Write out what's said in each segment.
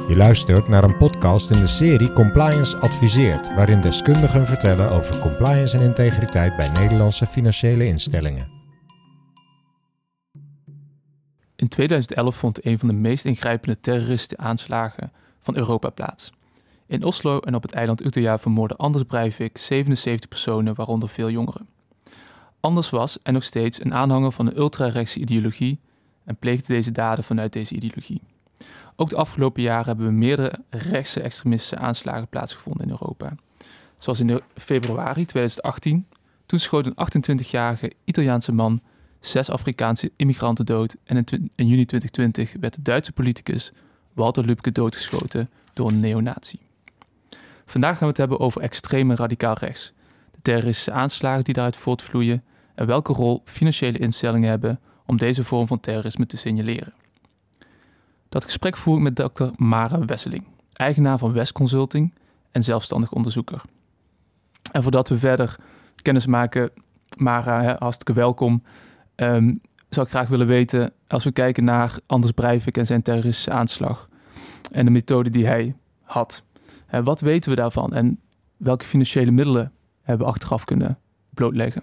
Je luistert naar een podcast in de serie Compliance Adviseert, waarin deskundigen vertellen over compliance en integriteit bij Nederlandse financiële instellingen. In 2011 vond een van de meest ingrijpende terroristische aanslagen van Europa plaats. In Oslo en op het eiland Utøya vermoordde Anders Breivik 77 personen, waaronder veel jongeren. Anders was en nog steeds een aanhanger van de ultrarechtse ideologie en pleegde deze daden vanuit deze ideologie. Ook de afgelopen jaren hebben we meerdere rechtse extremistische aanslagen plaatsgevonden in Europa. Zoals in februari 2018, toen schoot een 28-jarige Italiaanse man 6 Afrikaanse immigranten dood en in juni 2020 werd de Duitse politicus Walter Lübcke doodgeschoten door een neonazi. Vandaag gaan we het hebben over extreem en radicaal rechts, de terroristische aanslagen die daaruit voortvloeien en welke rol financiële instellingen hebben om deze vorm van terrorisme te signaleren. Dat gesprek voer ik met Dr. Mara Wesseling, eigenaar van West Consulting en zelfstandig onderzoeker. En voordat we verder kennis maken, Mara, hartstikke welkom. Zou ik graag willen weten, als we kijken naar Anders Breivik en zijn terroristische aanslag en de methode die hij had. Wat weten we daarvan en welke financiële middelen hebben we achteraf kunnen blootleggen?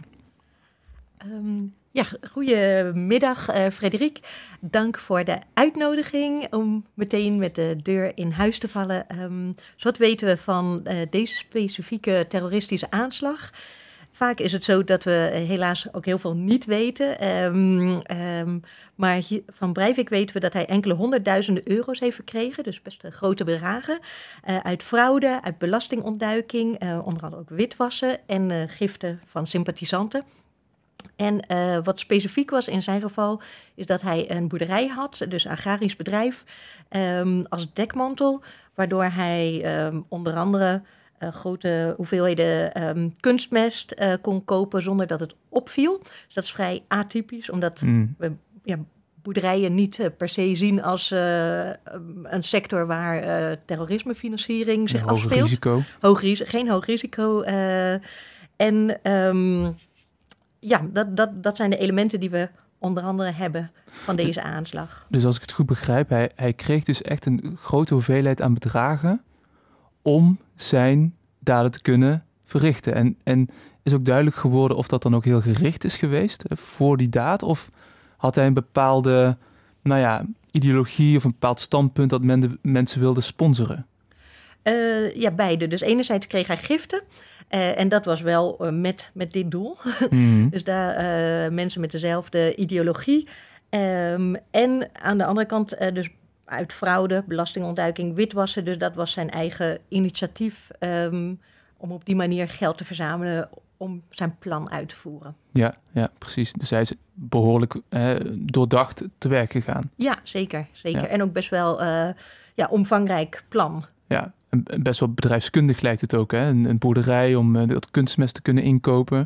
Goedemiddag Frederik. Dank voor de uitnodiging om meteen met de deur in huis te vallen. Dus wat weten we van deze specifieke terroristische aanslag? Vaak is het zo dat we helaas ook heel veel niet weten. Maar van Breivik weten we dat hij enkele honderdduizenden euro's heeft verkregen. Dus best grote bedragen. Uit fraude, uit belastingontduiking. Onder andere ook witwassen en giften van sympathisanten. En wat specifiek was in zijn geval, is dat hij een boerderij had, dus een agrarisch bedrijf, als dekmantel, waardoor hij onder andere grote hoeveelheden kunstmest kon kopen zonder dat het opviel. Dus dat is vrij atypisch, omdat we boerderijen niet per se zien als een sector waar terrorismefinanciering zich afspeelt. Hoog risico. Geen hoog risico. Dat zijn de elementen die we onder andere hebben van deze aanslag. Dus als ik het goed begrijp, hij kreeg dus echt een grote hoeveelheid aan bedragen om zijn daden te kunnen verrichten. En is ook duidelijk geworden of dat dan ook heel gericht is geweest voor die daad? Of had hij een bepaalde ideologie of een bepaald standpunt dat men de mensen wilde sponsoren? Beide. Dus enerzijds kreeg hij giften. En dat was wel met dit doel. Dus daar mensen met dezelfde ideologie. En aan de andere kant dus uit fraude, belastingontduiking, witwassen. Dus dat was zijn eigen initiatief om op die manier geld te verzamelen om zijn plan uit te voeren. Ja, precies. Dus hij is behoorlijk doordacht te werk gegaan. Ja, zeker. Ja. En ook best wel omvangrijk plan. Ja. Best wel bedrijfskundig lijkt het ook, hè? Een boerderij om dat kunstmest te kunnen inkopen.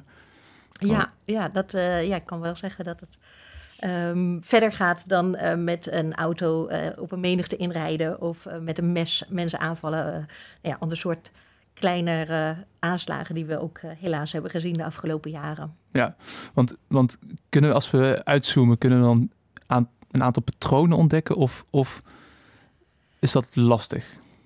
Ik kan wel zeggen dat het verder gaat dan met een auto op een menigte inrijden of met een mes mensen aanvallen. Ander soort kleinere aanslagen die we ook helaas hebben gezien de afgelopen jaren. Ja, want kunnen we, als we uitzoomen, kunnen we dan een aantal patronen ontdekken of is dat lastig?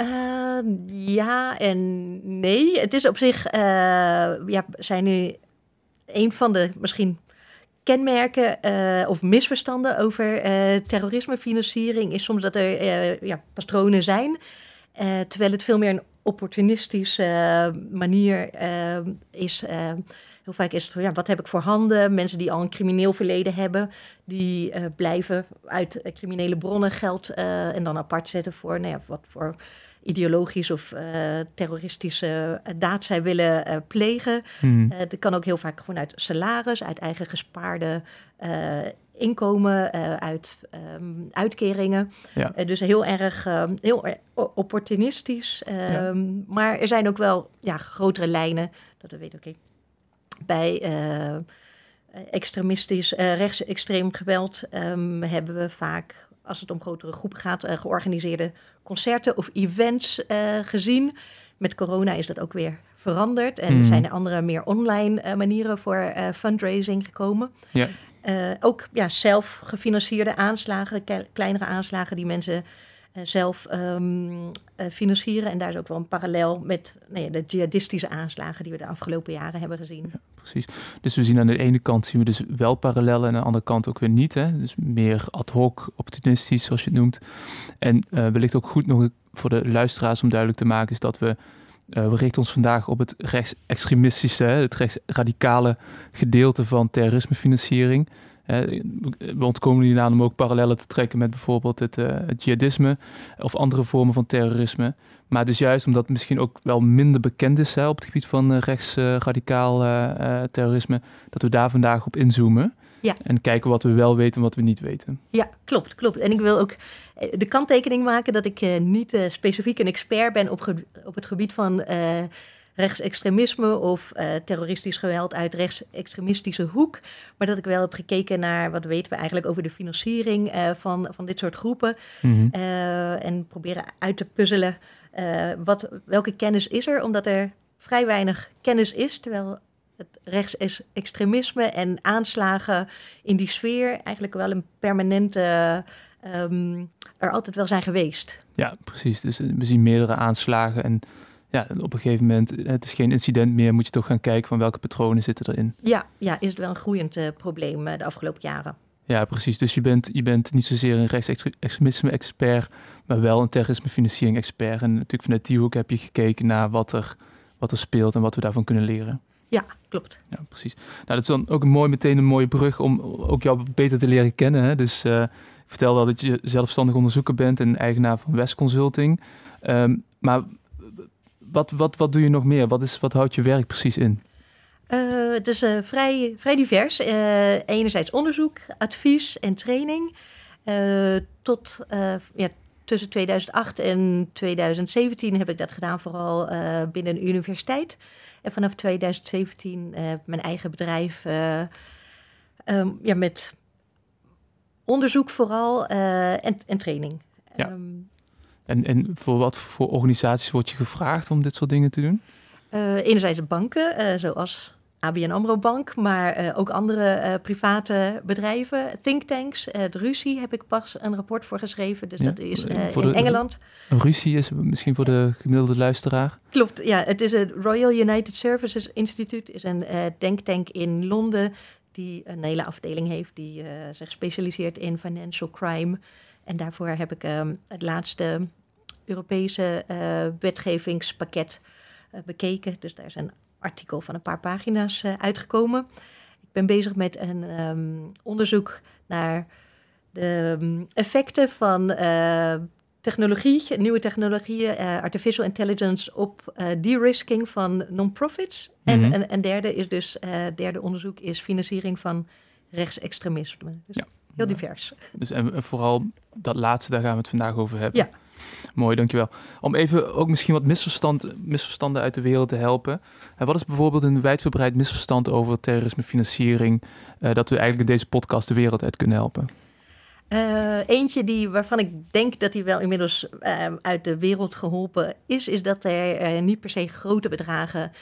Ja en nee. Het is op zich, zijn nu een van de misschien kenmerken of misverstanden over terrorismefinanciering is soms dat er patronen zijn, terwijl het veel meer een opportunistische manier is. Heel vaak is het, wat heb ik voor handen? Mensen die al een crimineel verleden hebben, die blijven uit criminele bronnen geld en dan apart zetten voor wat voor ideologisch of terroristische daad zij willen plegen. Dat kan ook heel vaak gewoon uit salaris, uit eigen gespaarde inkomen, uit uitkeringen. Ja. Dus heel erg opportunistisch. Maar er zijn ook wel grotere lijnen dat we weten, bij extremistisch, rechtsextreem geweld hebben we vaak, als het om grotere groepen gaat, georganiseerde concerten of events gezien. Met corona is dat ook weer veranderd. En zijn er andere, meer online manieren voor fundraising gekomen. Ja. Ook zelf gefinancierde aanslagen, kleinere aanslagen die mensen zelf financieren. En daar is ook wel een parallel met de jihadistische aanslagen die we de afgelopen jaren hebben gezien. Ja, precies. Dus we zien aan de ene kant zien we dus wel parallellen en aan de andere kant ook weer niet. Hè? Dus meer ad hoc, opportunistisch, zoals je het noemt. En wellicht ook goed nog voor de luisteraars om duidelijk te maken is dat we richten ons vandaag op het rechtsextremistische, het rechtsradicale gedeelte van terrorismefinanciering. We ontkomen niet aan om ook parallellen te trekken met bijvoorbeeld het jihadisme of andere vormen van terrorisme. Maar dus juist omdat het misschien ook wel minder bekend is op het gebied van rechtsradicaal terrorisme, dat we daar vandaag op inzoomen. Ja. En kijken wat we wel weten en wat we niet weten. Ja, klopt. En ik wil ook de kanttekening maken dat ik niet specifiek een expert ben op het gebied van rechtsextremisme of terroristisch geweld uit rechtsextremistische hoek. Maar dat ik wel heb gekeken naar wat weten we eigenlijk over de financiering van dit soort groepen. Mm-hmm. En proberen uit te puzzelen welke kennis is er, omdat er vrij weinig kennis is, terwijl het rechtsextremisme en aanslagen in die sfeer eigenlijk wel een permanente er altijd wel zijn geweest. Ja, precies. Dus we zien meerdere aanslagen en ja, op een gegeven moment, het is geen incident meer, moet je toch gaan kijken van welke patronen zitten erin. Ja, is het wel een groeiend probleem de afgelopen jaren. Ja, precies. Dus je bent niet zozeer een rechtsextremisme-expert, maar wel een terrorisme-financiering-expert. En natuurlijk vanuit die hoek heb je gekeken naar wat er speelt en wat we daarvan kunnen leren. Ja, klopt. Ja, precies. Nou, dat is dan ook meteen een mooie brug om ook jou beter te leren kennen. Hè? Dus ik vertelde al dat je zelfstandig onderzoeker bent en eigenaar van West Consulting. Maar wat doe je nog meer? Wat houdt je werk precies in? Het is vrij divers. Enerzijds onderzoek, advies en training. Tussen 2008 en 2017 heb ik dat gedaan, vooral binnen een universiteit. En vanaf 2017 mijn eigen bedrijf met onderzoek vooral en training. Ja. En voor wat voor organisaties word je gevraagd om dit soort dingen te doen? Enerzijds banken, zoals ABN AMRO Bank, maar ook andere private bedrijven. Thinktanks, de RUSI heb ik pas een rapport voor geschreven. Dus dat is in Engeland. Een RUSI is misschien voor de gemiddelde luisteraar? Klopt, ja. Het is het Royal United Services Institute. Is een denktank in Londen die een hele afdeling heeft die zich specialiseert in financial crime. En daarvoor heb ik het laatste Europese wetgevingspakket bekeken. Dus daar is een artikel van een paar pagina's uitgekomen. Ik ben bezig met een onderzoek naar de effecten van nieuwe technologieën, artificial intelligence op de-risking van non-profits. Mm-hmm. En een derde is dus, derde onderzoek is financiering van rechtsextremisme. Dus ja. Heel divers. Dus en vooral dat laatste, daar gaan we het vandaag over hebben. Ja. Mooi, dankjewel. Om even ook misschien wat misverstanden uit de wereld te helpen. Wat is bijvoorbeeld een wijdverbreid misverstand over terrorismefinanciering, dat we eigenlijk in deze podcast de wereld uit kunnen helpen? Eentje waarvan ik denk dat hij wel inmiddels uit de wereld geholpen is dat er niet per se grote bedragen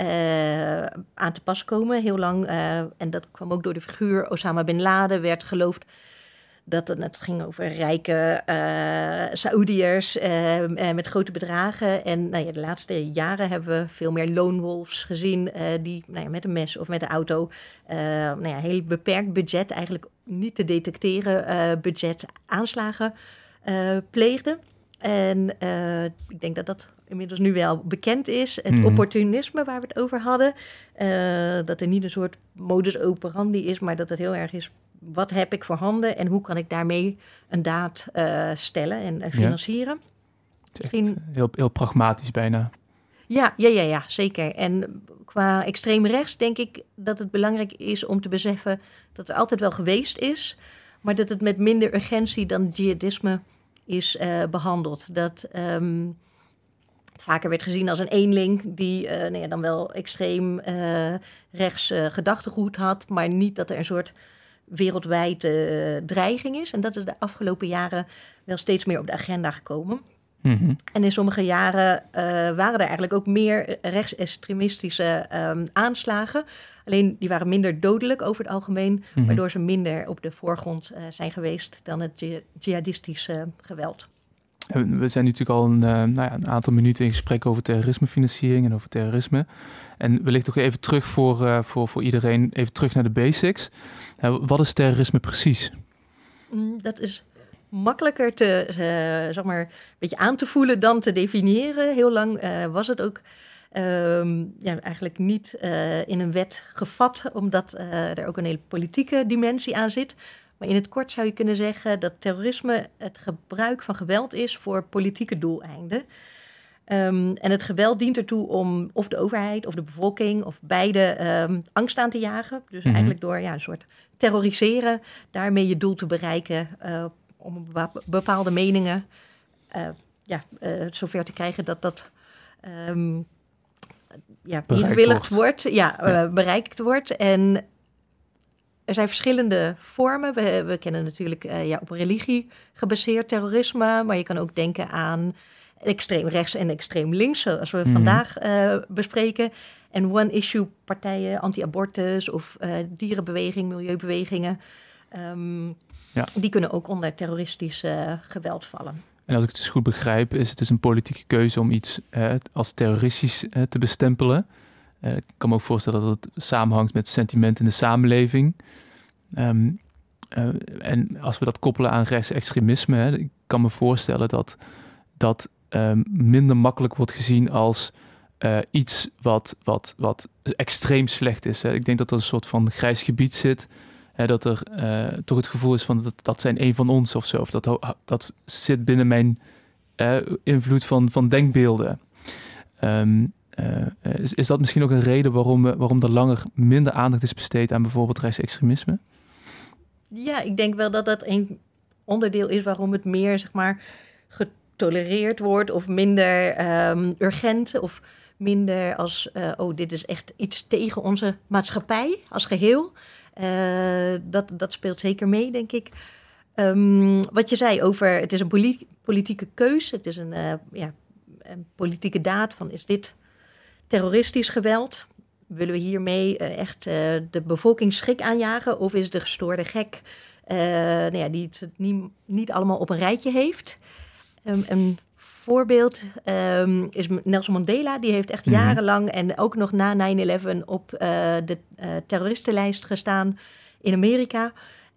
aan te pas komen. Heel lang, en dat kwam ook door de figuur Osama Bin Laden, werd geloofd dat het ging over rijke Saoediërs met grote bedragen. En de laatste jaren hebben we veel meer lone wolves gezien die met een mes of met een auto heel beperkt budget, eigenlijk niet te detecteren budget aanslagen pleegden. En ik denk dat dat inmiddels nu wel bekend is. Het opportunisme waar we het over hadden. Dat er niet een soort modus operandi is, maar dat het heel erg is: wat heb ik voorhanden en hoe kan ik daarmee een daad stellen en financieren? Echt heel pragmatisch bijna. Ja, zeker. En qua extreem rechts denk ik dat het belangrijk is om te beseffen dat er altijd wel geweest is, maar dat het met minder urgentie dan jihadisme is behandeld. Dat het vaker werd gezien als een eenling die dan wel extreem rechts gedachtegoed had, maar niet dat er een soort wereldwijd dreiging is. En dat is de afgelopen jaren wel steeds meer op de agenda gekomen. Mm-hmm. En in sommige jaren waren er eigenlijk ook meer rechtsextremistische aanslagen. Alleen die waren minder dodelijk over het algemeen, waardoor ze minder op de voorgrond zijn geweest dan het jihadistische geweld. We zijn natuurlijk al een aantal minuten in gesprek over terrorismefinanciering en over terrorisme. En wellicht ook even terug voor iedereen, even terug naar de basics. Wat is terrorisme precies? Dat is makkelijker zeg maar, een beetje aan te voelen dan te definiëren. Heel lang was het ook eigenlijk niet in een wet gevat, omdat er ook een hele politieke dimensie aan zit. Maar in het kort zou je kunnen zeggen dat terrorisme het gebruik van geweld is voor politieke doeleinden. En het geweld dient ertoe om of de overheid of de bevolking of beide angst aan te jagen. Dus eigenlijk door een soort terroriseren, daarmee je doel te bereiken om bepaalde meningen zover te krijgen dat ingewilligd wordt. Bereikt wordt. En er zijn verschillende vormen. We kennen natuurlijk op religie gebaseerd terrorisme, maar je kan ook denken aan extreem rechts en extreem links, zoals we vandaag bespreken. En one-issue partijen, anti-abortus of dierenbeweging, milieubewegingen, die kunnen ook onder terroristisch geweld vallen. En als ik het dus goed begrijp, is het dus een politieke keuze om iets als terroristisch te bestempelen. Ik kan me ook voorstellen dat het samenhangt met sentiment in de samenleving. En als we dat koppelen aan rechtsextremisme, ik kan me voorstellen dat minder makkelijk wordt gezien als iets wat extreem slecht is. Ik denk dat er een soort van grijs gebied zit. Dat er toch het gevoel is van dat zijn een van ons of zo. Of dat zit binnen mijn invloed van denkbeelden. Is dat misschien ook een reden waarom er langer minder aandacht is besteed aan bijvoorbeeld rechtsextremisme? Ja, ik denk wel dat dat een onderdeel is waarom het meer, zeg maar, getolereerd wordt of minder urgent of minder als, dit is echt iets tegen onze maatschappij als geheel. Dat speelt zeker mee, denk ik. Wat je zei over, het is een politieke keus, het is een politieke daad van, is dit terroristisch geweld? Willen we hiermee echt de bevolking schrik aanjagen? Of is de gestoorde gek die het niet allemaal op een rijtje heeft? Een voorbeeld is Nelson Mandela. Die heeft echt jarenlang en ook nog na 9/11 op de terroristenlijst gestaan in Amerika.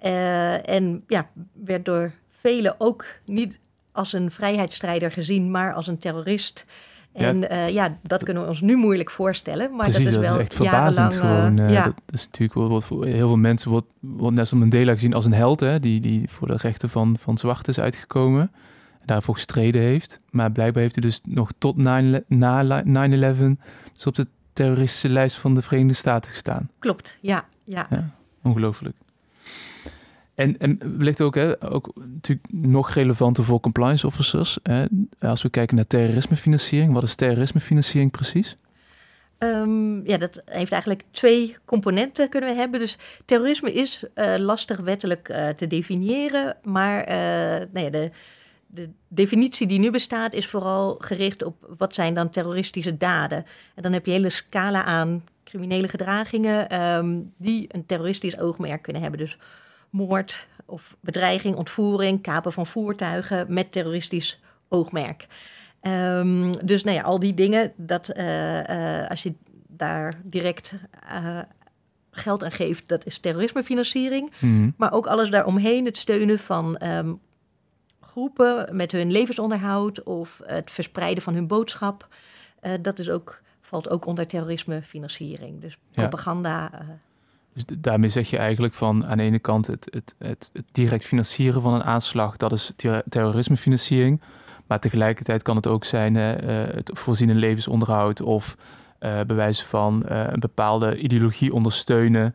Werd door velen ook niet als een vrijheidsstrijder gezien, maar als een terrorist. En dat kunnen we ons nu moeilijk voorstellen. Maar precies, dat is wel echt verbazend gewoon. Dat is natuurlijk voor heel veel mensen wordt Nelson Mandela gezien als een held, hè, die voor de rechten van zwart is uitgekomen. Daarvoor gestreden heeft. Maar blijkbaar heeft hij dus nog tot na 9/11 dus op de terroristische lijst van de Verenigde Staten gestaan. Klopt, ja. Ongelooflijk. En wellicht ook natuurlijk nog relevanter voor compliance officers. Als we kijken naar terrorismefinanciering. Wat is terrorismefinanciering precies? Dat heeft eigenlijk 2 componenten kunnen we hebben. Dus terrorisme is lastig wettelijk te definiëren. Maar de definitie die nu bestaat is vooral gericht op wat zijn dan terroristische daden. En dan heb je een hele scala aan criminele gedragingen die een terroristisch oogmerk kunnen hebben. Dus moord of bedreiging, ontvoering, kapen van voertuigen met terroristisch oogmerk. Al die dingen, als je daar direct geld aan geeft, dat is terrorismefinanciering. Maar ook alles daaromheen, het steunen van groepen met hun levensonderhoud of het verspreiden van hun boodschap. Valt ook onder terrorismefinanciering. Dus propaganda. Dus daarmee zeg je eigenlijk van aan de ene kant het direct financieren van een aanslag, dat is terrorismefinanciering. Maar tegelijkertijd kan het ook zijn het voorzien in levensonderhoud of bij wijze van een bepaalde ideologie ondersteunen.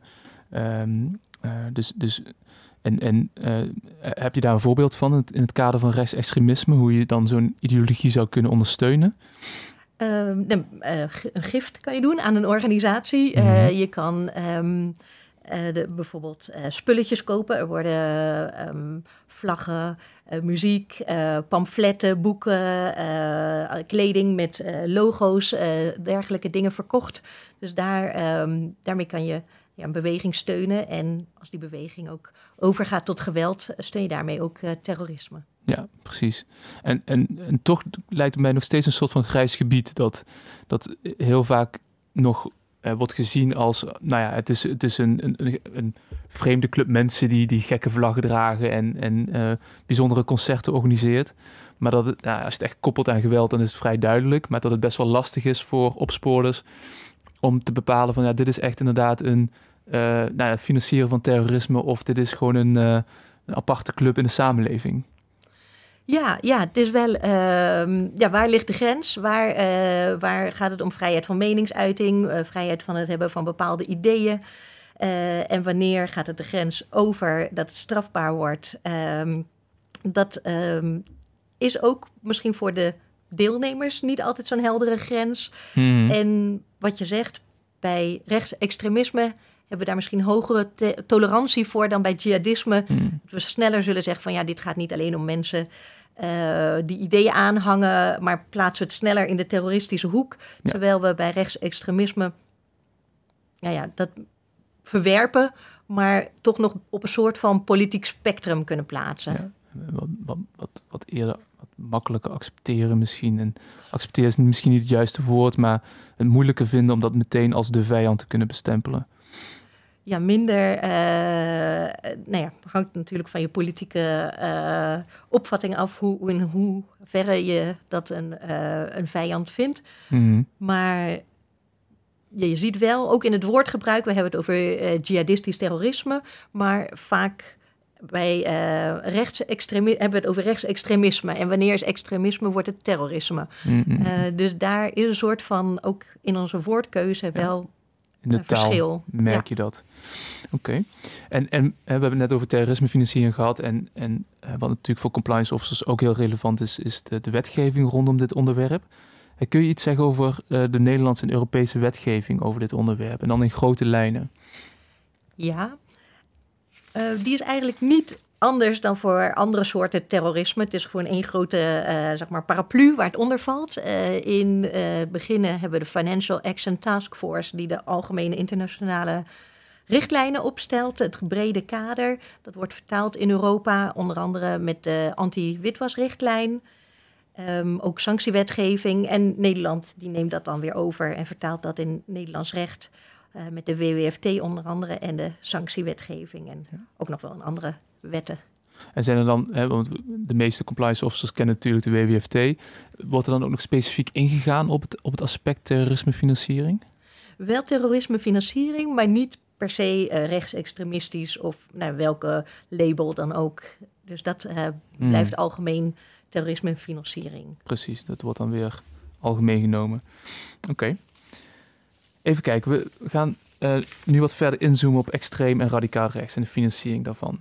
Heb je daar een voorbeeld van in het kader van rechtsextremisme, hoe je dan zo'n ideologie zou kunnen ondersteunen? Een gift kan je doen aan een organisatie. Je kan bijvoorbeeld spulletjes kopen. Er worden vlaggen, muziek, pamfletten, boeken, kleding met logo's, dergelijke dingen verkocht. Dus daarmee kan je een beweging steunen. En als die beweging ook overgaat tot geweld, steun je daarmee ook terrorisme. Ja, precies. En toch lijkt het mij nog steeds een soort van grijs gebied dat heel vaak nog wordt gezien als, het is een vreemde club mensen die gekke vlaggen dragen en bijzondere concerten organiseert. Maar dat het, als je het echt koppelt aan geweld, dan is het vrij duidelijk. Maar dat het best wel lastig is voor opsporers om te bepalen van, dit is echt inderdaad het financieren van terrorisme of dit is gewoon een aparte club in de samenleving. Ja, het is wel, waar ligt de grens? Waar gaat het om vrijheid van meningsuiting, vrijheid van het hebben van bepaalde ideeën? En wanneer gaat het de grens over dat het strafbaar wordt? Dat is ook misschien voor de deelnemers niet altijd zo'n heldere grens. En wat je zegt, bij rechtsextremisme hebben we daar misschien hogere tolerantie voor dan bij jihadisme. Dat we sneller zullen zeggen van dit gaat niet alleen om mensen die ideeën aanhangen, maar plaatsen we het sneller in de terroristische hoek. Ja. Terwijl we bij rechtsextremisme dat verwerpen, maar toch nog op een soort van politiek spectrum kunnen plaatsen. Ja, wat eerder, wat makkelijker accepteren misschien. En accepteren is misschien niet het juiste woord, maar het moeilijker vinden om dat meteen als de vijand te kunnen bestempelen. Ja, minder, hangt natuurlijk van je politieke opvatting af in hoeverre je dat een vijand vindt. Maar je ziet wel, ook in het woordgebruik, we hebben het over jihadistisch terrorisme, maar vaak bij rechtsextremisme hebben we het over rechtsextremisme. En wanneer is extremisme, wordt het terrorisme. Dus daar is een soort van, ook in onze woordkeuze wel in de taal verschil. Merk je dat. Oké. En we hebben het net over terrorismefinanciering gehad. En wat natuurlijk voor compliance officers ook heel relevant is de wetgeving rondom dit onderwerp. Kun je iets zeggen over de Nederlandse en Europese wetgeving over dit onderwerp? En dan in grote lijnen. Ja, die is eigenlijk niet anders dan voor andere soorten terrorisme. Het is gewoon één grote paraplu waar het onder valt. In het begin hebben we de Financial Action Task Force, die de algemene internationale richtlijnen opstelt. Het brede kader, dat wordt vertaald in Europa, onder andere met de anti-witwasrichtlijn. Ook sanctiewetgeving. En Nederland die neemt dat dan weer over en vertaalt dat in Nederlands recht. Met de WWFT onder andere en de sanctiewetgeving. En ook nog wel een andere wetten. En zijn er dan, want de meeste compliance officers kennen natuurlijk de WWFT. Wordt er dan ook nog specifiek ingegaan op het aspect terrorismefinanciering? Wel terrorismefinanciering, maar niet per se rechtsextremistisch of welke label dan ook. Dus dat blijft algemeen terrorismefinanciering. Precies, dat wordt dan weer algemeen genomen. Oké. Even kijken, we gaan nu wat verder inzoomen op extreem en radicaal rechts en de financiering daarvan.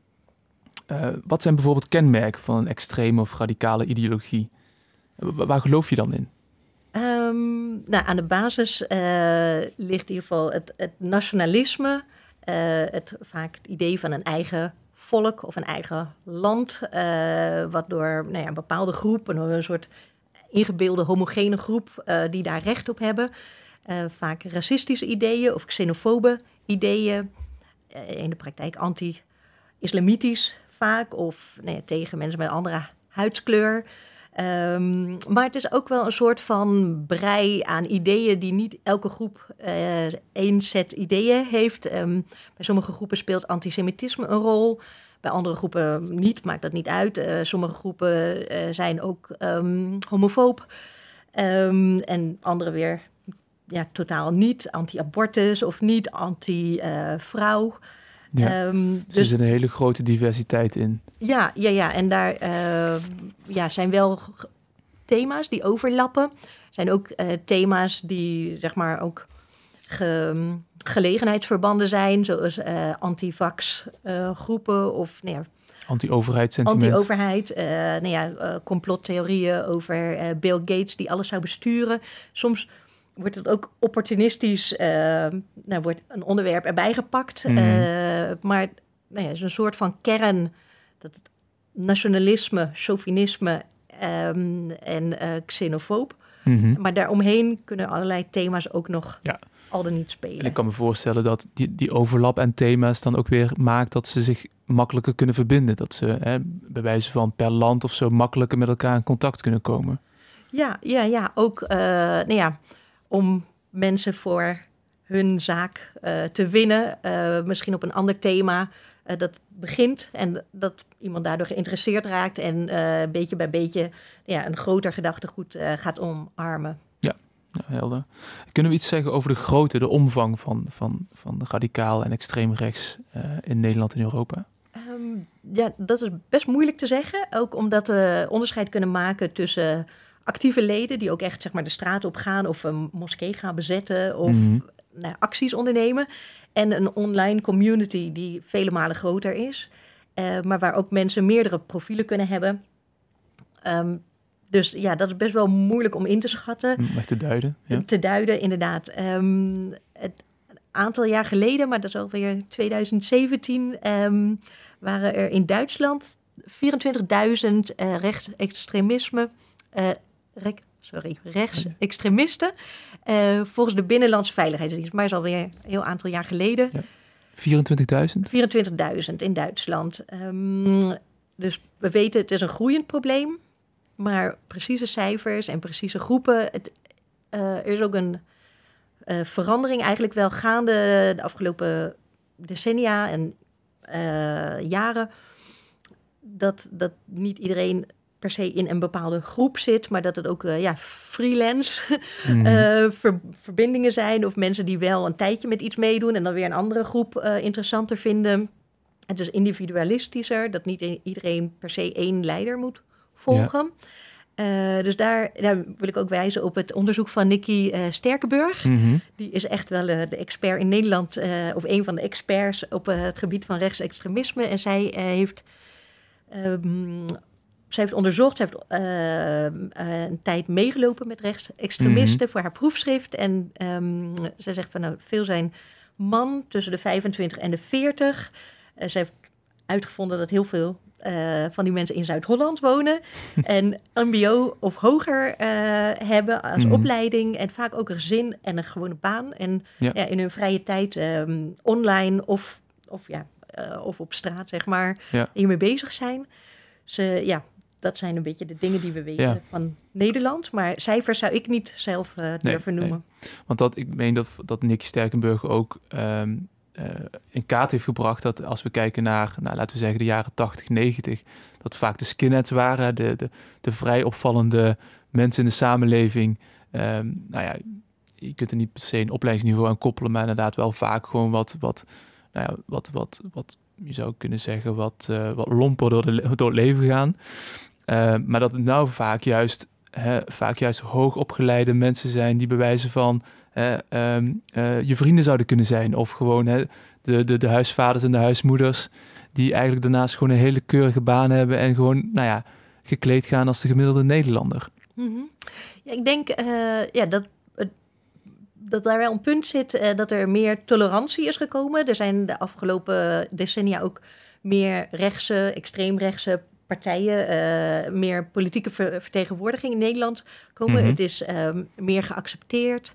Wat zijn bijvoorbeeld kenmerken van een extreme of radicale ideologie? Waar geloof je dan in? Aan de basis ligt in ieder geval het nationalisme, vaak het idee van een eigen volk of een eigen land, wat door een bepaalde groep, een soort ingebeelde homogene groep die daar recht op hebben. Vaak racistische ideeën of xenofobe ideeën. In de praktijk anti-islamitisch vaak of tegen mensen met een andere huidskleur. Maar het is ook wel een soort van brei aan ideeën die niet elke groep één set ideeën heeft. Bij sommige groepen speelt antisemitisme een rol. Bij andere groepen niet, maakt dat niet uit. Sommige groepen zijn ook homofoob. En andere weer totaal niet. Anti-abortus of niet, anti-vrouw. Ja, dus er zit een hele grote diversiteit in. Ja. En daar zijn wel thema's die overlappen. Er zijn ook thema's die ook gelegenheidsverbanden zijn, zoals anti-vax groepen of anti-overheid sentiment. Anti-overheid, complottheorieën over Bill Gates die alles zou besturen. Soms wordt het ook opportunistisch, wordt een onderwerp erbij gepakt. Maar het is een soort van kern, dat nationalisme, chauvinisme en xenofoob. Maar daaromheen kunnen allerlei thema's ook nog al dan niet spelen. En ik kan me voorstellen dat die overlap en thema's dan ook weer maakt dat ze zich makkelijker kunnen verbinden. Dat ze bij wijze van per land of zo makkelijker met elkaar in contact kunnen komen. Ja. Ook om mensen voor hun zaak te winnen. Misschien op een ander thema dat begint. En dat iemand daardoor geïnteresseerd raakt. En beetje bij beetje een groter gedachtegoed gaat omarmen. Ja, helder. Kunnen we iets zeggen over de grootte, de omvang van radicaal en extreem rechts in Nederland en Europa? Dat is best moeilijk te zeggen. Ook omdat we onderscheid kunnen maken tussen actieve leden die ook echt zeg maar de straat op gaan of een moskee gaan bezetten of acties ondernemen. En een online community die vele malen groter is. Maar waar ook mensen meerdere profielen kunnen hebben. Dus ja, dat is best wel moeilijk om in te schatten. Om echt te duiden. Ja. Te duiden, inderdaad. Het aantal jaar geleden, maar dat is alweer 2017, waren er in Duitsland 24.000 rechtsextremisten volgens de Binnenlandse Veiligheidsdienst. Maar dat is alweer een heel aantal jaar geleden. Ja. 24.000? 24.000 in Duitsland. Dus we weten, het is een groeiend probleem. Maar precieze cijfers en precieze groepen. Er is ook een verandering eigenlijk wel gaande de afgelopen decennia en jaren. Dat niet iedereen per se in een bepaalde groep zit, maar dat het ook freelance verbindingen zijn of mensen die wel een tijdje met iets meedoen en dan weer een andere groep interessanter vinden. Het is individualistischer, dat niet iedereen per se één leider moet volgen. Ja. Dus daar wil ik ook wijzen op het onderzoek van Nikki Sterkenburg. Die is echt wel de expert in Nederland, of een van de experts op het gebied van rechtsextremisme. En zij heeft onderzocht, zij heeft een tijd meegelopen met rechtsextremisten voor haar proefschrift. En zij zegt van veel zijn man tussen de 25 en de 40. Zij heeft uitgevonden dat heel veel van die mensen in Zuid-Holland wonen. En MBO of hoger hebben als opleiding. En vaak ook een gezin en een gewone baan. En in hun vrije tijd online of op straat, zeg maar, hiermee bezig zijn. Dat zijn een beetje de dingen die we weten van Nederland. Maar cijfers zou ik niet zelf durven noemen. Nee. Want ik meen dat Nicky Sterkenburg ook in kaart heeft gebracht dat als we kijken naar, laten we zeggen, de jaren 80, 90... dat vaak de skinheads waren, de vrij opvallende mensen in de samenleving. Je kunt er niet per se een opleidingsniveau aan koppelen, maar inderdaad wel vaak gewoon wat je zou kunnen zeggen, wat lomper door het leven gaan. Maar dat het nou vaak juist hoogopgeleide mensen zijn die bij wijze van je vrienden zouden kunnen zijn. Of gewoon de huisvaders en de huismoeders die eigenlijk daarnaast gewoon een hele keurige baan hebben en gewoon gekleed gaan als de gemiddelde Nederlander. Mm-hmm. Ja, ik denk dat daar wel een punt zit dat er meer tolerantie is gekomen. Er zijn de afgelopen decennia ook meer extreemrechtse partijen, meer politieke vertegenwoordiging in Nederland komen. Het is meer geaccepteerd.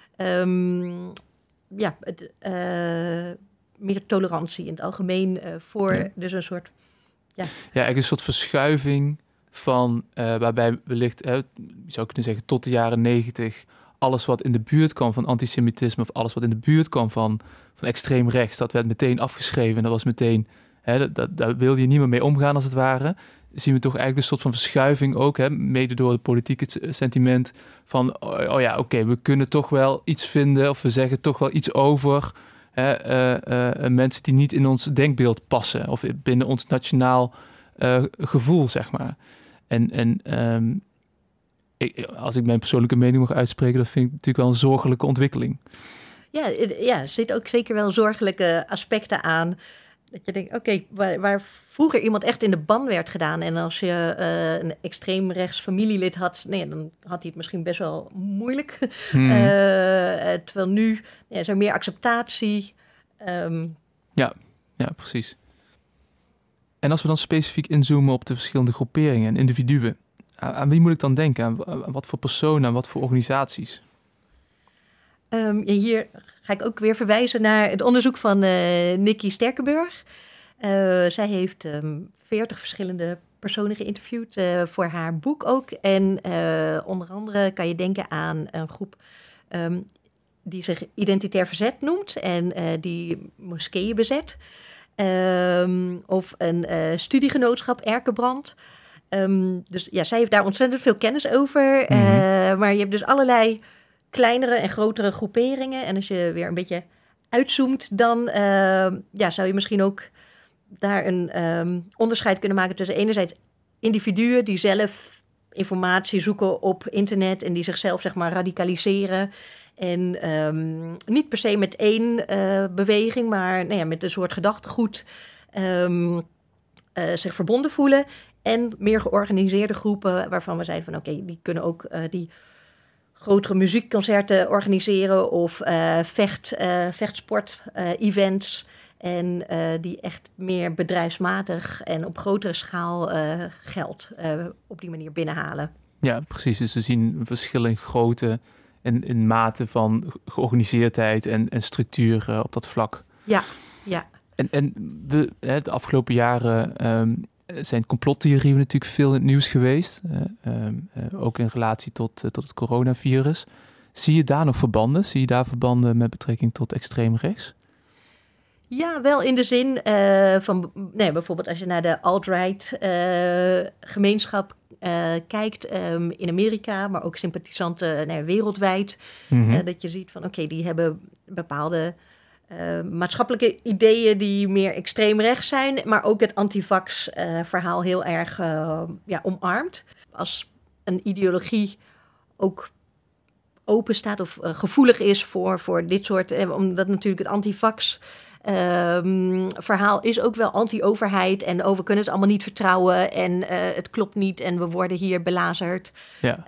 Meer tolerantie in het algemeen dus een soort... Ja, eigenlijk een soort verschuiving van waarbij wellicht, je zou kunnen zeggen, tot de jaren 90... alles wat in de buurt kwam van antisemitisme of alles wat in de buurt kwam van extreem rechts, dat werd meteen afgeschreven. Dat was meteen, daar wilde je niet meer mee omgaan als het ware. Zien we toch eigenlijk een soort van verschuiving ook, mede door het politieke sentiment van, we kunnen toch wel iets vinden of we zeggen toch wel iets over mensen die niet in ons denkbeeld passen of binnen ons nationaal gevoel, zeg maar. Als ik mijn persoonlijke mening mag uitspreken, dat vind ik natuurlijk wel een zorgelijke ontwikkeling. Ja, er zitten ook zeker wel zorgelijke aspecten aan. Dat je denkt, waar vroeger iemand echt in de ban werd gedaan en als je een extreemrechts familielid had, dan had hij het misschien best wel moeilijk. Terwijl nu is er meer acceptatie. Ja, precies. En als we dan specifiek inzoomen op de verschillende groeperingen en individuen, aan wie moet ik dan denken? Aan wat voor personen, aan wat voor organisaties? Hier ga ik ook weer verwijzen naar het onderzoek van Nikki Sterkenburg. Zij heeft 40 verschillende personen geïnterviewd voor haar boek ook. En onder andere kan je denken aan een groep die zich Identitair Verzet noemt en die moskeeën bezet. Of een studiegenootschap Erkenbrand. Dus ja, zij heeft daar ontzettend veel kennis over. Maar je hebt dus allerlei kleinere en grotere groeperingen. En als je weer een beetje uitzoomt, dan zou je misschien ook daar een onderscheid kunnen maken tussen enerzijds individuen die zelf informatie zoeken op internet en die zichzelf zeg maar radicaliseren. En niet per se met één beweging, maar met een soort gedachtegoed zich verbonden voelen. En meer georganiseerde groepen waarvan we zeiden van oké, die kunnen ook die grotere muziekconcerten organiseren of vechtsport-events. En die echt meer bedrijfsmatig en op grotere schaal geld op die manier binnenhalen. Ja, precies. Dus we zien een verschil in grootte en in mate van georganiseerdheid en structuur op dat vlak. Ja. En we, de afgelopen jaren zijn complottheorieën natuurlijk veel in het nieuws geweest. Ook in relatie tot het coronavirus. Zie je daar nog verbanden? Zie je daar verbanden met betrekking tot extreem rechts? Ja, wel in de zin van bijvoorbeeld als je naar de alt-right gemeenschap kijkt in Amerika, maar ook sympathisanten wereldwijd. Dat je ziet van oké, die hebben bepaalde maatschappelijke ideeën die meer extreem rechts zijn, maar ook het antivax verhaal heel erg omarmt. Als een ideologie ook open staat of gevoelig is voor dit soort, omdat natuurlijk het antivax verhaal is ook wel anti-overheid en we kunnen het allemaal niet vertrouwen en het klopt niet en we worden hier belazerd. Ja.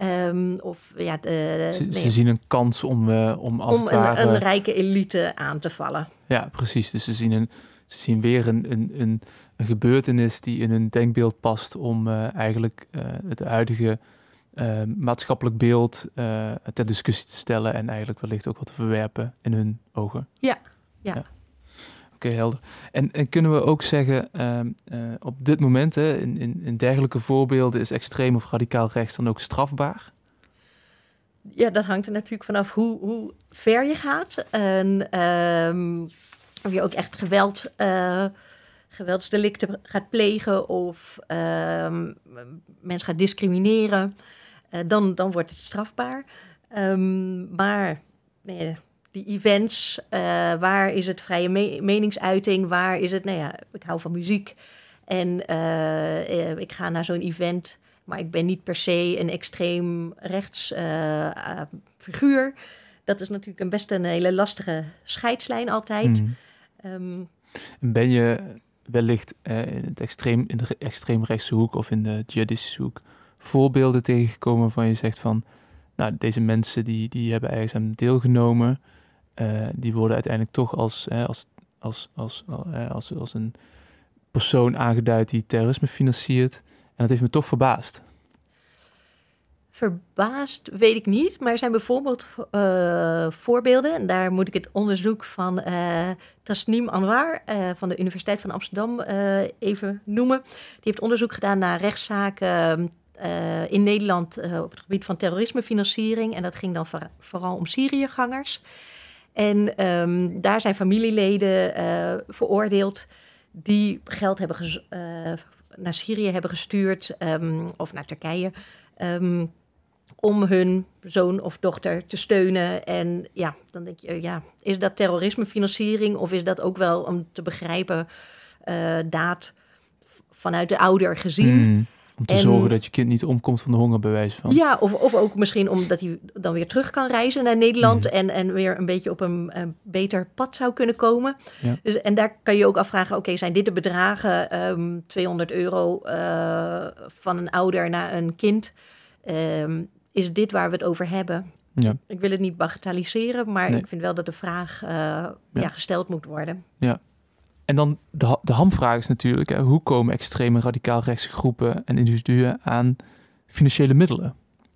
Ze zien een kans om als het ware een rijke elite aan te vallen. Ja, precies. Dus ze zien weer een gebeurtenis die in hun denkbeeld past om eigenlijk het huidige maatschappelijk beeld ter discussie te stellen en eigenlijk wellicht ook wat te verwerpen in hun ogen. Ja. Oké, helder. En kunnen we ook zeggen, op dit moment, in dergelijke voorbeelden, is extreem of radicaal rechts dan ook strafbaar? Ja, dat hangt er natuurlijk vanaf hoe ver je gaat. En of je ook echt geweldsdelicten gaat plegen of mensen gaat discrimineren, dan wordt het strafbaar. Maar die events, waar is het vrije meningsuiting, waar is het, ik hou van muziek en ik ga naar zo'n event, maar ik ben niet per se een extreem rechts figuur. Dat is natuurlijk best een hele lastige scheidslijn altijd. Ben je wellicht in de extreemrechtse hoek of in de jihadistische hoek voorbeelden tegengekomen van je zegt van, nou, deze mensen die hebben ergens aan deelgenomen, die worden uiteindelijk toch als een persoon aangeduid die terrorisme financiert. En dat heeft me toch verbaasd. Verbaasd weet ik niet, maar er zijn bijvoorbeeld voorbeelden. En daar moet ik het onderzoek van Tasnim Anwar van de Universiteit van Amsterdam even noemen. Die heeft onderzoek gedaan naar rechtszaken in Nederland op het gebied van terrorismefinanciering. En dat ging dan vooral om Syriëgangers. En daar zijn familieleden veroordeeld die geld hebben naar Syrië hebben gestuurd of naar Turkije om hun zoon of dochter te steunen. En ja, dan denk je, is dat terrorismefinanciering of is dat ook wel om te begrijpen daad vanuit de ouder gezien? Om te zorgen dat je kind niet omkomt van de honger, bij wijze van. Ja, of ook misschien omdat hij dan weer terug kan reizen naar Nederland en weer een beetje op een beter pad zou kunnen komen. Ja. Dus, en daar kan je ook afvragen, oké, zijn dit de bedragen, €200 van een ouder naar een kind? Is dit waar we het over hebben? Ja. Ik wil het niet bagatelliseren, maar ik vind wel dat de vraag gesteld moet worden. Ja. En dan de hamvraag is natuurlijk, hoe komen extreme radicaal rechtse groepen en individuen aan financiële middelen?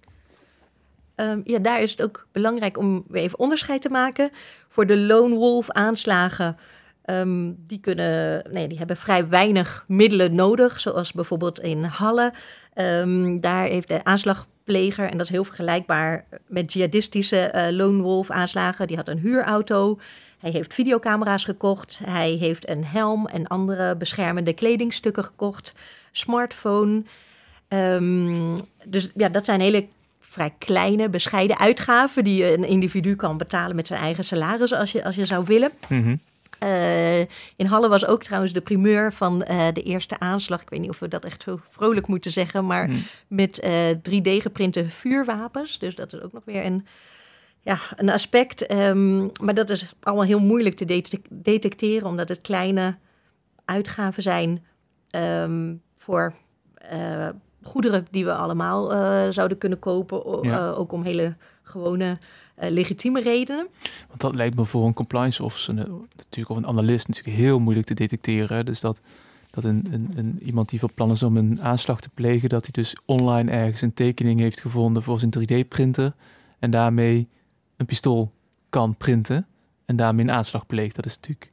Daar is het ook belangrijk om weer even onderscheid te maken. Voor de lone wolf aanslagen Die hebben vrij weinig middelen nodig, zoals bijvoorbeeld in Halle. Daar heeft de aanslagpleger, en dat is heel vergelijkbaar met jihadistische lone wolf aanslagen, die had een huurauto. Hij heeft videocamera's gekocht. Hij heeft een helm en andere beschermende kledingstukken gekocht. Smartphone. Dus ja, dat zijn hele vrij kleine, bescheiden uitgaven die een individu kan betalen met zijn eigen salaris als je zou willen. Mm-hmm. In Halle was ook trouwens de primeur van de eerste aanslag. Ik weet niet of we dat echt zo vrolijk moeten zeggen, maar met 3D-geprinte vuurwapens. Dus dat is ook nog weer een aspect. Maar dat is allemaal heel moeilijk te detecteren, omdat het kleine uitgaven zijn voor goederen die we allemaal zouden kunnen kopen. Ook om hele gewone legitieme redenen. Want dat lijkt me voor een compliance officer natuurlijk, of een analist natuurlijk heel moeilijk te detecteren. Dus dat iemand die van plan is om een aanslag te plegen, dat hij dus online ergens een tekening heeft gevonden voor zijn 3D-printer en daarmee een pistool kan printen en daarmee een aanslag pleegt. Dat is natuurlijk...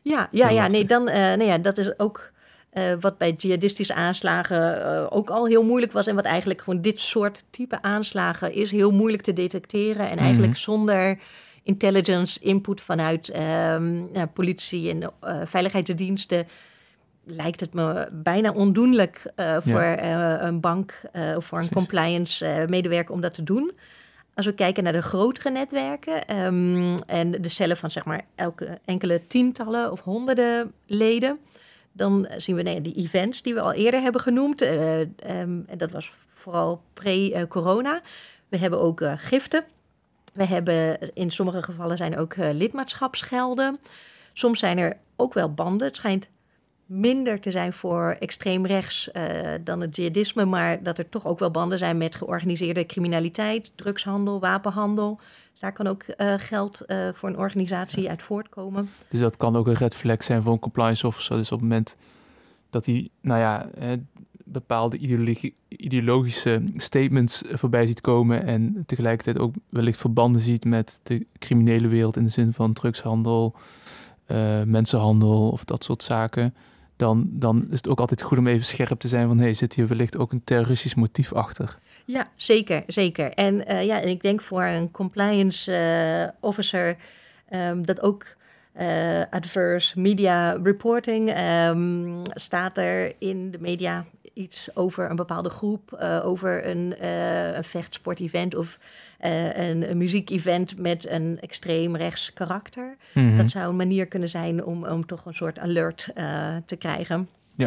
Dat is ook wat bij jihadistische aanslagen ook al heel moeilijk was en wat eigenlijk gewoon dit soort type aanslagen is heel moeilijk te detecteren en eigenlijk zonder intelligence input vanuit politie en veiligheidsdiensten lijkt het me bijna ondoenlijk voor een bank of voor een compliance medewerker om dat te doen. Als we kijken naar de grotere netwerken en de cellen van zeg maar enkele tientallen of honderden leden, dan zien we die events die we al eerder hebben genoemd. En dat was vooral pre-corona. We hebben ook giften. We hebben in sommige gevallen zijn ook lidmaatschapsgelden. Soms zijn er ook wel banden. Het schijnt minder te zijn voor extreem rechts dan het jihadisme, maar dat er toch ook wel banden zijn met georganiseerde criminaliteit, drugshandel, wapenhandel. Dus daar kan ook geld voor een organisatie uit voortkomen. Dus dat kan ook een red flag zijn voor een compliance officer. Dus op het moment dat hij, bepaalde ideologische statements voorbij ziet komen en tegelijkertijd ook wellicht verbanden ziet met de criminele wereld in de zin van drugshandel, mensenhandel of dat soort zaken, dan is het ook altijd goed om even scherp te zijn van zit hier wellicht ook een terroristisch motief achter? Ja, zeker. En ik denk voor een compliance officer dat ook adverse media reporting staat er in de media iets over een bepaalde groep, over een vechtsport-event of een muziek-event met een extreem rechts karakter. Mm-hmm. Dat zou een manier kunnen zijn om toch een soort alert te krijgen. Ja.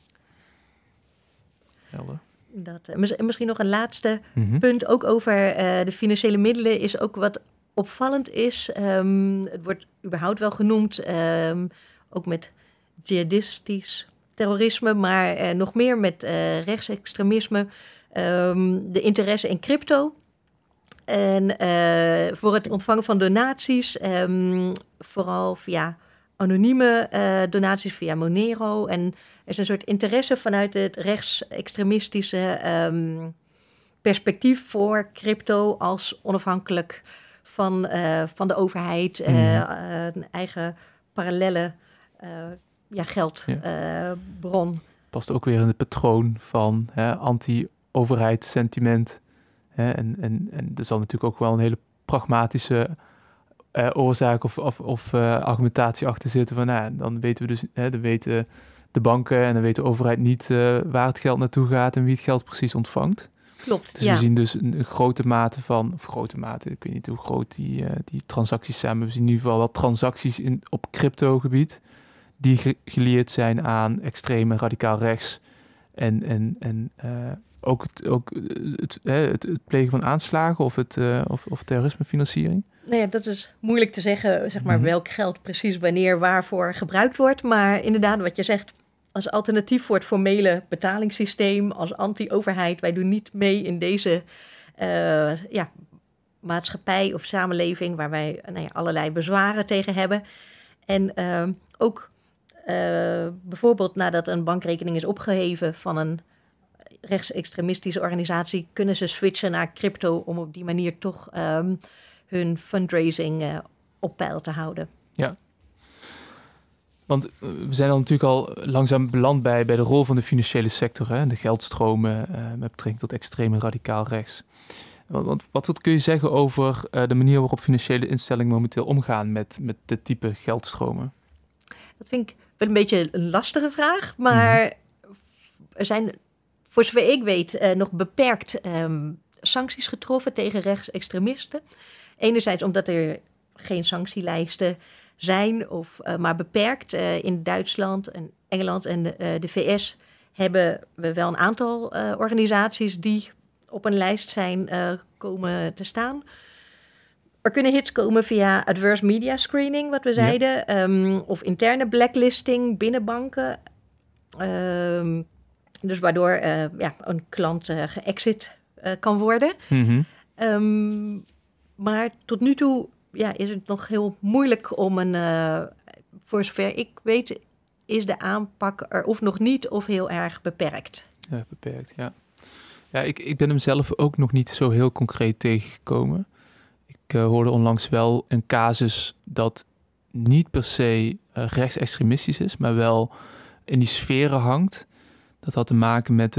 Helder. Misschien nog een laatste punt, ook over de financiële middelen, is ook wat opvallend is. Het wordt überhaupt wel genoemd, ook met jihadistisch terrorisme, maar nog meer met rechtsextremisme. De interesse in crypto. En voor het ontvangen van donaties, vooral via anonieme donaties via Monero. En er is een soort interesse vanuit het rechtsextremistische perspectief voor crypto als onafhankelijk van de overheid, een eigen parallelle geldbron. Past ook weer in het patroon van anti-overheid sentiment. En er zal natuurlijk ook wel een hele pragmatische oorzaak of argumentatie achter zitten. Van, dan weten we dus, dan weten de banken en dan weet de overheid niet waar het geld naartoe gaat en wie het geld precies ontvangt. Klopt, dus we zien dus een grote mate, ik weet niet hoe groot die transacties zijn, maar we zien in ieder geval wel transacties op crypto-gebied die gelieerd zijn aan extreme radicaal rechts en ook het plegen van aanslagen of terrorismefinanciering. Nou ja, dat is moeilijk te zeggen, zeg maar, welk geld precies wanneer waarvoor gebruikt wordt. Maar inderdaad, wat je zegt, als alternatief voor het formele betalingssysteem, als anti-overheid, wij doen niet mee in deze maatschappij of samenleving waar wij allerlei bezwaren tegen hebben. En ook bijvoorbeeld nadat een bankrekening is opgeheven van een rechtsextremistische organisatie, kunnen ze switchen naar crypto om op die manier toch hun fundraising op peil te houden. Ja. Want we zijn dan natuurlijk al langzaam beland bij de rol van de financiële sector, hè? De geldstromen met betrekking tot extreem en radicaal rechts. Wat kun je zeggen over de manier waarop financiële instellingen momenteel omgaan met dit type geldstromen? Dat vind ik wel een beetje een lastige vraag, maar er zijn, voor zover ik weet, nog beperkt sancties getroffen tegen rechtsextremisten. Enerzijds omdat er geen sanctielijsten zijn, maar beperkt. In Duitsland en Engeland en de VS hebben we wel een aantal organisaties die op een lijst zijn komen te staan. Er kunnen hits komen via adverse media screening, wat we zeiden, of interne blacklisting binnen banken. Dus waardoor een klant geëxit kan worden. Maar tot nu toe is het nog heel moeilijk om voor zover ik weet, is de aanpak er of nog niet of heel erg beperkt. Ja, beperkt, ja. Ja, ik ben hem zelf ook nog niet zo heel concreet tegengekomen. Ik hoorde onlangs wel een casus dat niet per se rechtsextremistisch is, maar wel in die sferen hangt. Dat had te maken met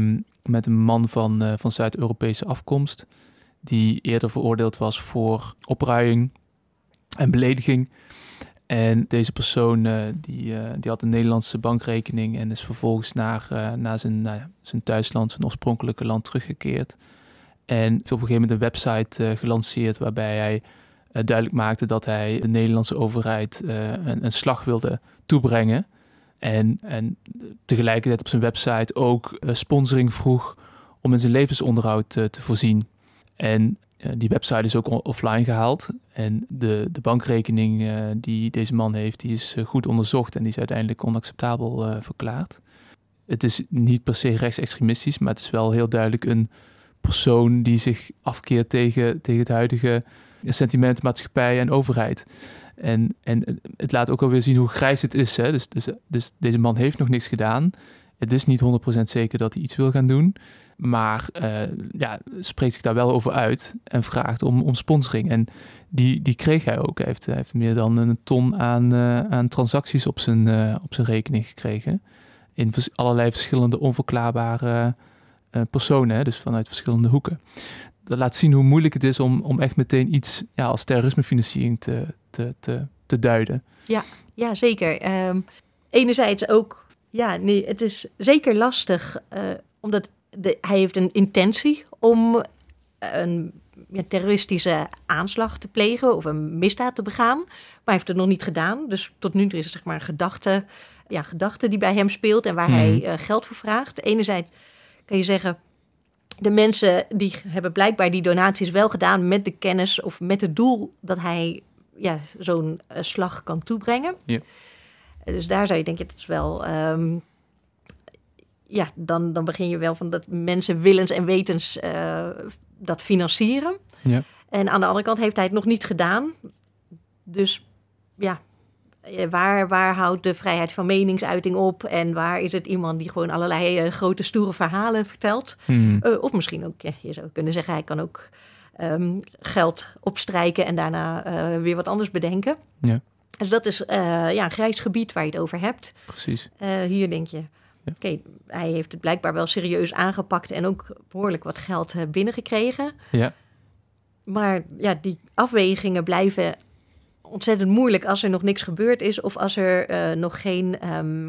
een man van Zuid-Europese afkomst, die eerder veroordeeld was voor opruiing en belediging. En deze persoon die had een Nederlandse bankrekening en is vervolgens naar zijn thuisland, zijn oorspronkelijke land teruggekeerd. En heeft op een gegeven moment een website gelanceerd waarbij hij duidelijk maakte dat hij de Nederlandse overheid een slag wilde toebrengen. En tegelijkertijd op zijn website ook sponsoring vroeg om in zijn levensonderhoud te voorzien. En die website is ook offline gehaald. En de bankrekening die deze man heeft, die is goed onderzocht en die is uiteindelijk onacceptabel verklaard. Het is niet per se rechtsextremistisch, maar het is wel heel duidelijk een persoon die zich afkeert tegen het huidige sentiment, maatschappij en overheid. En het laat ook alweer zien hoe grijs het is. Hè? Dus deze man heeft nog niks gedaan. Het is niet 100% zeker dat hij iets wil gaan doen. Maar spreekt zich daar wel over uit en vraagt om sponsoring. En die kreeg hij ook. Hij heeft meer dan 1 ton aan transacties op zijn rekening gekregen. In allerlei verschillende onverklaarbare personen. Hè? Dus vanuit verschillende hoeken. Dat laat zien hoe moeilijk het is om echt meteen iets als terrorismefinanciering te duiden. Ja, zeker. Enerzijds ook, het is zeker lastig, omdat hij heeft een intentie om een terroristische aanslag te plegen of een misdaad te begaan, maar hij heeft het nog niet gedaan. Dus tot nu toe is het zeg maar een gedachte die bij hem speelt en waar hij geld voor vraagt. Enerzijds kan je zeggen, de mensen die hebben blijkbaar die donaties wel gedaan met de kennis of met het doel dat hij zo'n slag kan toebrengen. Ja. Dus daar zou je denken, dat is wel dan begin je wel van dat mensen willens en wetens dat financieren. Ja. En aan de andere kant heeft hij het nog niet gedaan. Dus waar houdt de vrijheid van meningsuiting op? En waar is het iemand die gewoon allerlei grote stoere verhalen vertelt? Of misschien ook, je zou kunnen zeggen, hij kan ook geld opstrijken en daarna weer wat anders bedenken. Ja. Dus dat is een grijs gebied waar je het over hebt. Precies. Hier denk je, oké, hij heeft het blijkbaar wel serieus aangepakt en ook behoorlijk wat geld binnengekregen. Ja. Maar die afwegingen blijven ontzettend moeilijk als er nog niks gebeurd is of als er nog geen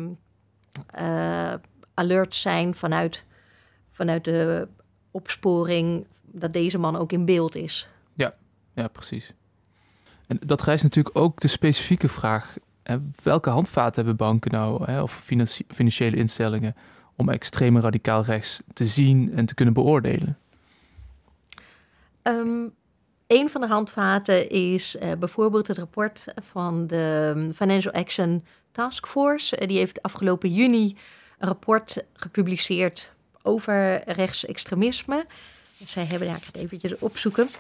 alerts zijn vanuit de opsporing dat deze man ook in beeld is. Ja, precies. En dat rijst natuurlijk ook de specifieke vraag, welke handvaten hebben banken nou, of financiële instellingen, om extreem radicaal rechts te zien en te kunnen beoordelen? Een van de handvaten is bijvoorbeeld het rapport van de Financial Action Task Force. Die heeft afgelopen juni een rapport gepubliceerd over rechtsextremisme. Zij hebben, ik ga het eventjes opzoeken.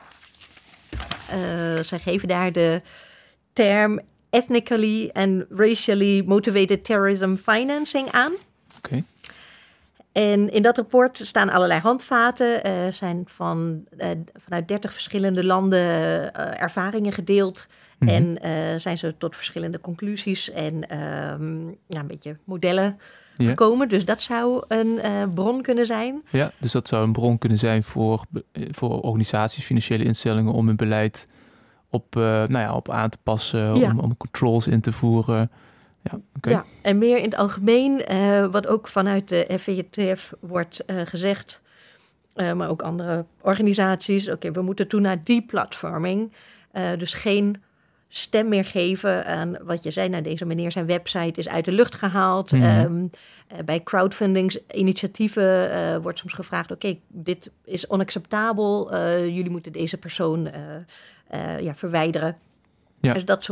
Zij geven daar de term ethnically and racially motivated terrorism financing aan. Oké. En in dat rapport staan allerlei handvaten, zijn vanuit 30 verschillende landen ervaringen gedeeld. En zijn ze tot verschillende conclusies en een beetje modellen gekomen. Dus dat zou een bron kunnen zijn. Ja, dus dat zou een bron kunnen zijn voor organisaties, financiële instellingen om hun beleid op aan te passen, om controls in te voeren. Ja, okay. Ja, en meer in het algemeen, wat ook vanuit de FATF wordt gezegd, maar ook andere organisaties. Oké, we moeten toe naar deplatforming. Dus geen stem meer geven aan wat je zei. Nou, deze meneer zijn website is uit de lucht gehaald. Bij crowdfundingsinitiatieven wordt soms gevraagd, oké, dit is onacceptabel. Jullie moeten deze persoon verwijderen. Ja. Dus dat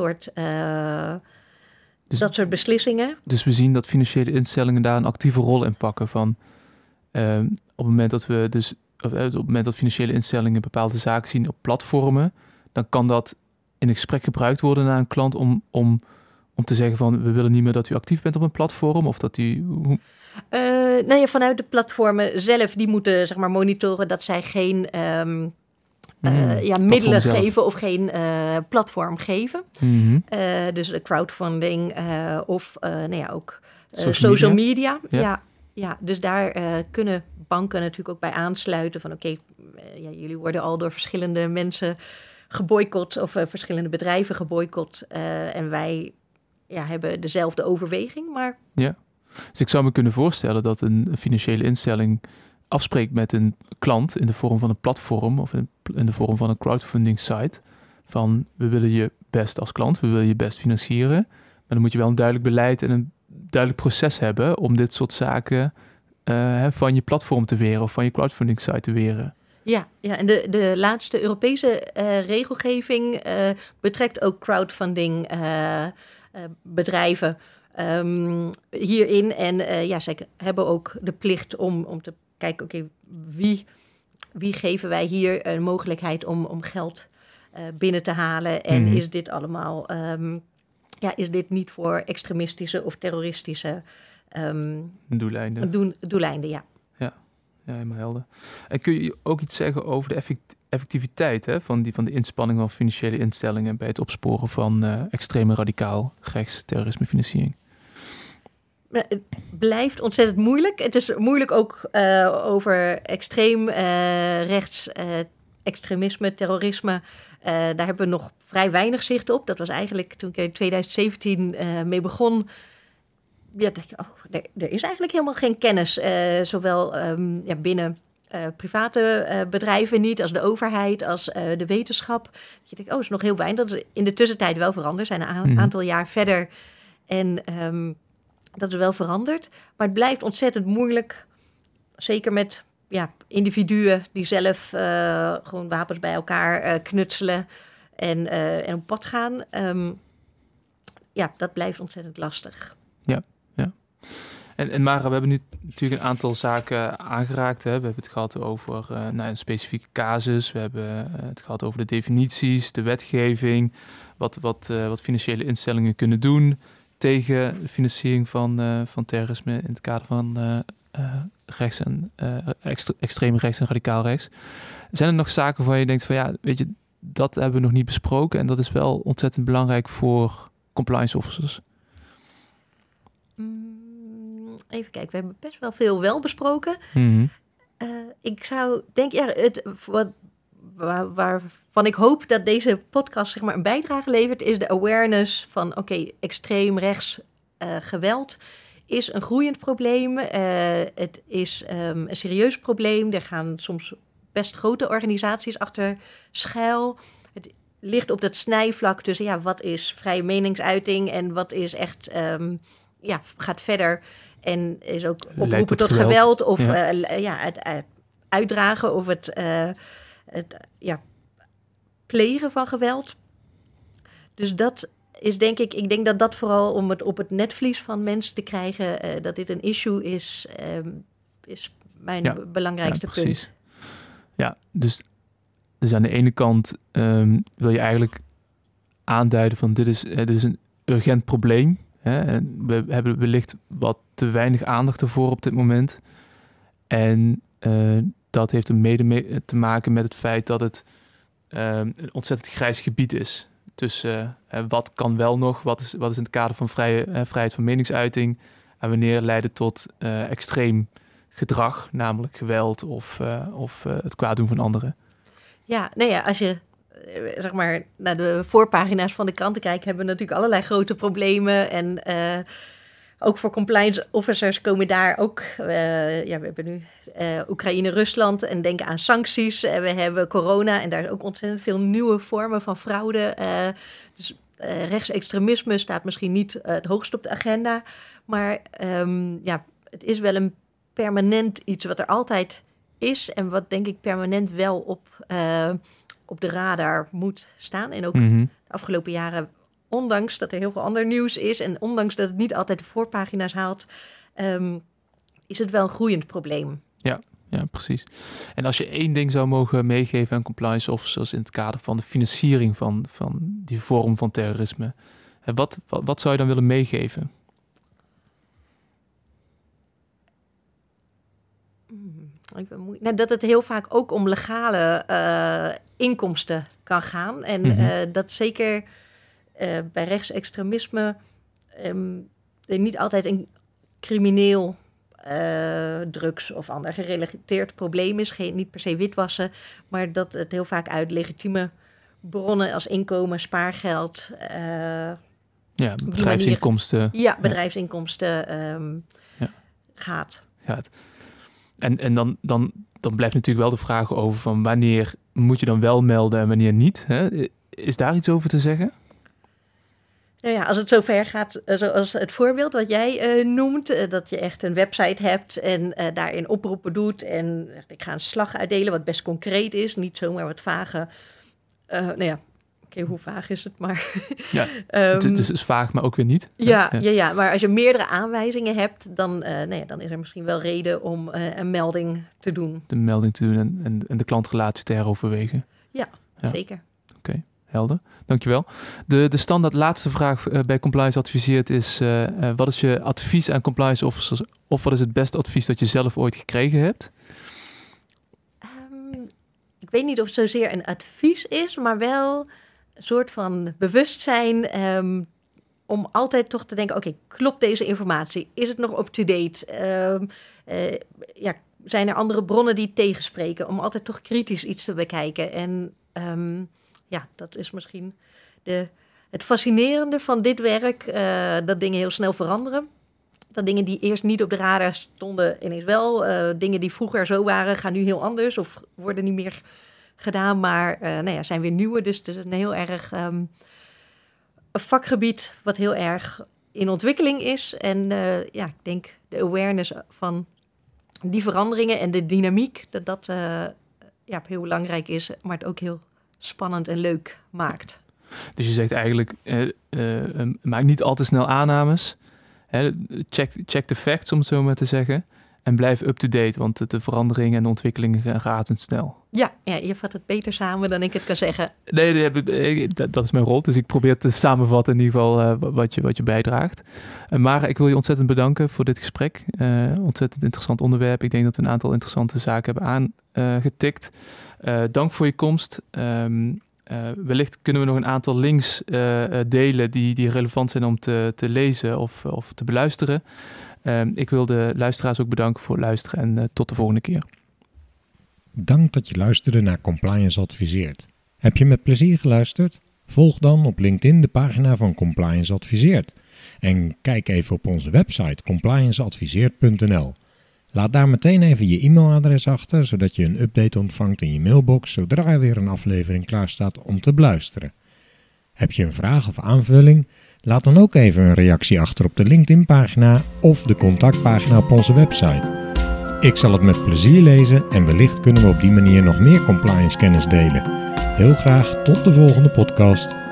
soort beslissingen. Dus we zien dat financiële instellingen daar een actieve rol in pakken van op het moment dat financiële instellingen bepaalde zaken zien op platformen, dan kan dat in een gesprek gebruikt worden naar een klant om te zeggen van we willen niet meer dat u actief bent op een platform of dat u... vanuit de platformen zelf, die moeten zeg maar monitoren dat zij geen middelen geven of geen platform geven. Dus crowdfunding of ook social media. Ja, dus daar kunnen banken natuurlijk ook bij aansluiten van jullie worden al door verschillende mensen geboycott of verschillende bedrijven geboycott en wij hebben dezelfde overweging. Maar... Ja, dus ik zou me kunnen voorstellen dat een financiële instelling afspreekt met een klant in de vorm van een platform of in de vorm van een crowdfunding site van we willen je best als klant, we willen je best financieren, maar dan moet je wel een duidelijk beleid en een duidelijk proces hebben om dit soort zaken van je platform te weren of van je crowdfunding site te weren. Ja, en de laatste Europese regelgeving betrekt ook crowdfunding bedrijven hierin. En zij hebben ook de plicht om te kijken, wie geven wij hier een mogelijkheid om geld binnen te halen? En is dit allemaal, is dit niet voor extremistische of terroristische doeleinden, ja. Ja, helemaal helder. En kun je ook iets zeggen over de effectiviteit van de inspanningen van financiële instellingen bij het opsporen van extreme radicaal rechts terrorismefinanciering? Het blijft ontzettend moeilijk. Het is moeilijk ook over extreem rechts extremisme, terrorisme. Daar hebben we nog vrij weinig zicht op. Dat was eigenlijk toen ik in 2017 mee begon. Ja, dacht je, er is eigenlijk helemaal geen kennis. Zowel binnen private bedrijven niet, als de overheid, als de wetenschap. Dat je denkt, is nog heel weinig. Dat is in de tussentijd wel veranderd. We zijn een aantal jaar verder. En dat is wel veranderd. Maar het blijft ontzettend moeilijk. Zeker met individuen die zelf gewoon wapens bij elkaar knutselen en op pad gaan. Dat blijft ontzettend lastig. Ja. En Mara, we hebben nu natuurlijk een aantal zaken aangeraakt. Hè? We hebben het gehad over een specifieke casus. We hebben het gehad over de definities, de wetgeving. Wat financiële instellingen kunnen doen tegen de financiering van terrorisme in het kader van rechts en extreem rechts en radicaal rechts. Zijn er nog zaken waarvan je denkt van dat hebben we nog niet besproken en dat is wel ontzettend belangrijk voor compliance officers? Even kijken, we hebben best wel veel wel besproken. Ik zou denken, waarvan ik hoop dat deze podcast zeg maar een bijdrage levert, is de awareness van extreem rechts geweld is een groeiend probleem. Het is een serieus probleem. Er gaan soms best grote organisaties achter schuil. Het ligt op dat snijvlak tussen wat is vrije meningsuiting en wat is echt gaat verder. En is ook oproepen tot geweld of het uitdragen of het plegen van geweld. Dus dat is denk ik denk dat vooral om het op het netvlies van mensen te krijgen, dat dit een issue is mijn belangrijkste punt. Ja, dus aan de ene kant wil je eigenlijk aanduiden van dit is een urgent probleem. En we hebben wellicht wat te weinig aandacht ervoor op dit moment. En dat heeft er mede mee te maken met het feit dat het een ontzettend grijs gebied is. tussen wat kan wel nog, wat is in het kader van vrijheid van meningsuiting en wanneer leidt het tot extreem gedrag, namelijk geweld of het kwaad doen van anderen. Ja, als je zeg maar naar de voorpagina's van de kranten kijkt, hebben we natuurlijk allerlei grote problemen en ook voor compliance officers komen daar ook, we hebben nu Oekraïne-Rusland en denken aan sancties. We hebben corona en daar is ook ontzettend veel nieuwe vormen van fraude. Dus rechtsextremisme staat misschien niet het hoogst op de agenda. Maar het is wel een permanent iets wat er altijd is en wat denk ik permanent wel op de radar moet staan. En ook de afgelopen jaren, ondanks dat er heel veel ander nieuws is en ondanks dat het niet altijd de voorpagina's haalt, is het wel een groeiend probleem. Ja, precies. En als je één ding zou mogen meegeven aan compliance officers in het kader van de financiering van die vorm van terrorisme, wat zou je dan willen meegeven? Dat het heel vaak ook om legale inkomsten kan gaan. En dat zeker bij rechtsextremisme niet altijd een crimineel drugs of ander gerelateerd probleem is. Niet per se witwassen, maar dat het heel vaak uit legitieme bronnen als inkomen, spaargeld. Bedrijfsinkomsten. Bedrijfsinkomsten gaat. En dan blijft natuurlijk wel de vraag over van wanneer moet je dan wel melden en wanneer niet. Hè? Is daar iets over te zeggen? Als het zover gaat, zoals het voorbeeld wat jij noemt, dat je echt een website hebt en daarin oproepen doet en ik ga een slag uitdelen wat best concreet is, niet zomaar wat vage. Hoe vaag is het maar? Ja, het is vaag, maar ook weer niet. Ja, maar als je meerdere aanwijzingen hebt, dan is er misschien wel reden om een melding te doen. De melding te doen en de klantrelatie te heroverwegen. Ja. Zeker. Oké, helder. Dankjewel. De standaard laatste vraag bij Compliance Adviseert is, wat is je advies aan compliance officers of wat is het beste advies dat je zelf ooit gekregen hebt? Ik weet niet of het zozeer een advies is, maar wel een soort van bewustzijn om altijd toch te denken, oké, klopt deze informatie? Is het nog up-to-date? Zijn er andere bronnen die tegenspreken? Om altijd toch kritisch iets te bekijken. En dat is misschien het fascinerende van dit werk, dat dingen heel snel veranderen. Dat dingen die eerst niet op de radar stonden, ineens wel. Dingen die vroeger zo waren, gaan nu heel anders of worden niet meer gedaan, maar zijn weer nieuwe. Dus het is een heel erg een vakgebied wat heel erg in ontwikkeling is. En ik denk de awareness van die veranderingen en de dynamiek, dat heel belangrijk is, maar het ook heel spannend en leuk maakt. Dus je zegt eigenlijk, maak niet al te snel aannames. Check de facts, om het zo maar te zeggen. En blijf up-to-date, want de veranderingen en de ontwikkelingen gaan razendsnel. Ja, je vat het beter samen dan ik het kan zeggen. Nee, dat is mijn rol. Dus ik probeer te samenvatten in ieder geval wat je bijdraagt. Maar ik wil je ontzettend bedanken voor dit gesprek. Ontzettend interessant onderwerp. Ik denk dat we een aantal interessante zaken hebben aangetikt. Dank voor je komst. Wellicht kunnen we nog een aantal links delen die relevant zijn om te lezen of te beluisteren. Ik wil de luisteraars ook bedanken voor het luisteren en tot de volgende keer. Dank dat je luisterde naar Compliance Adviseert. Heb je met plezier geluisterd? Volg dan op LinkedIn de pagina van Compliance Adviseert. En kijk even op onze website complianceadviseert.nl. Laat daar meteen even je e-mailadres achter, zodat je een update ontvangt in je mailbox zodra er weer een aflevering klaar staat om te beluisteren. Heb je een vraag of aanvulling? Laat dan ook even een reactie achter op de LinkedIn-pagina of de contactpagina op onze website. Ik zal het met plezier lezen en wellicht kunnen we op die manier nog meer compliance kennis delen. Heel graag tot de volgende podcast.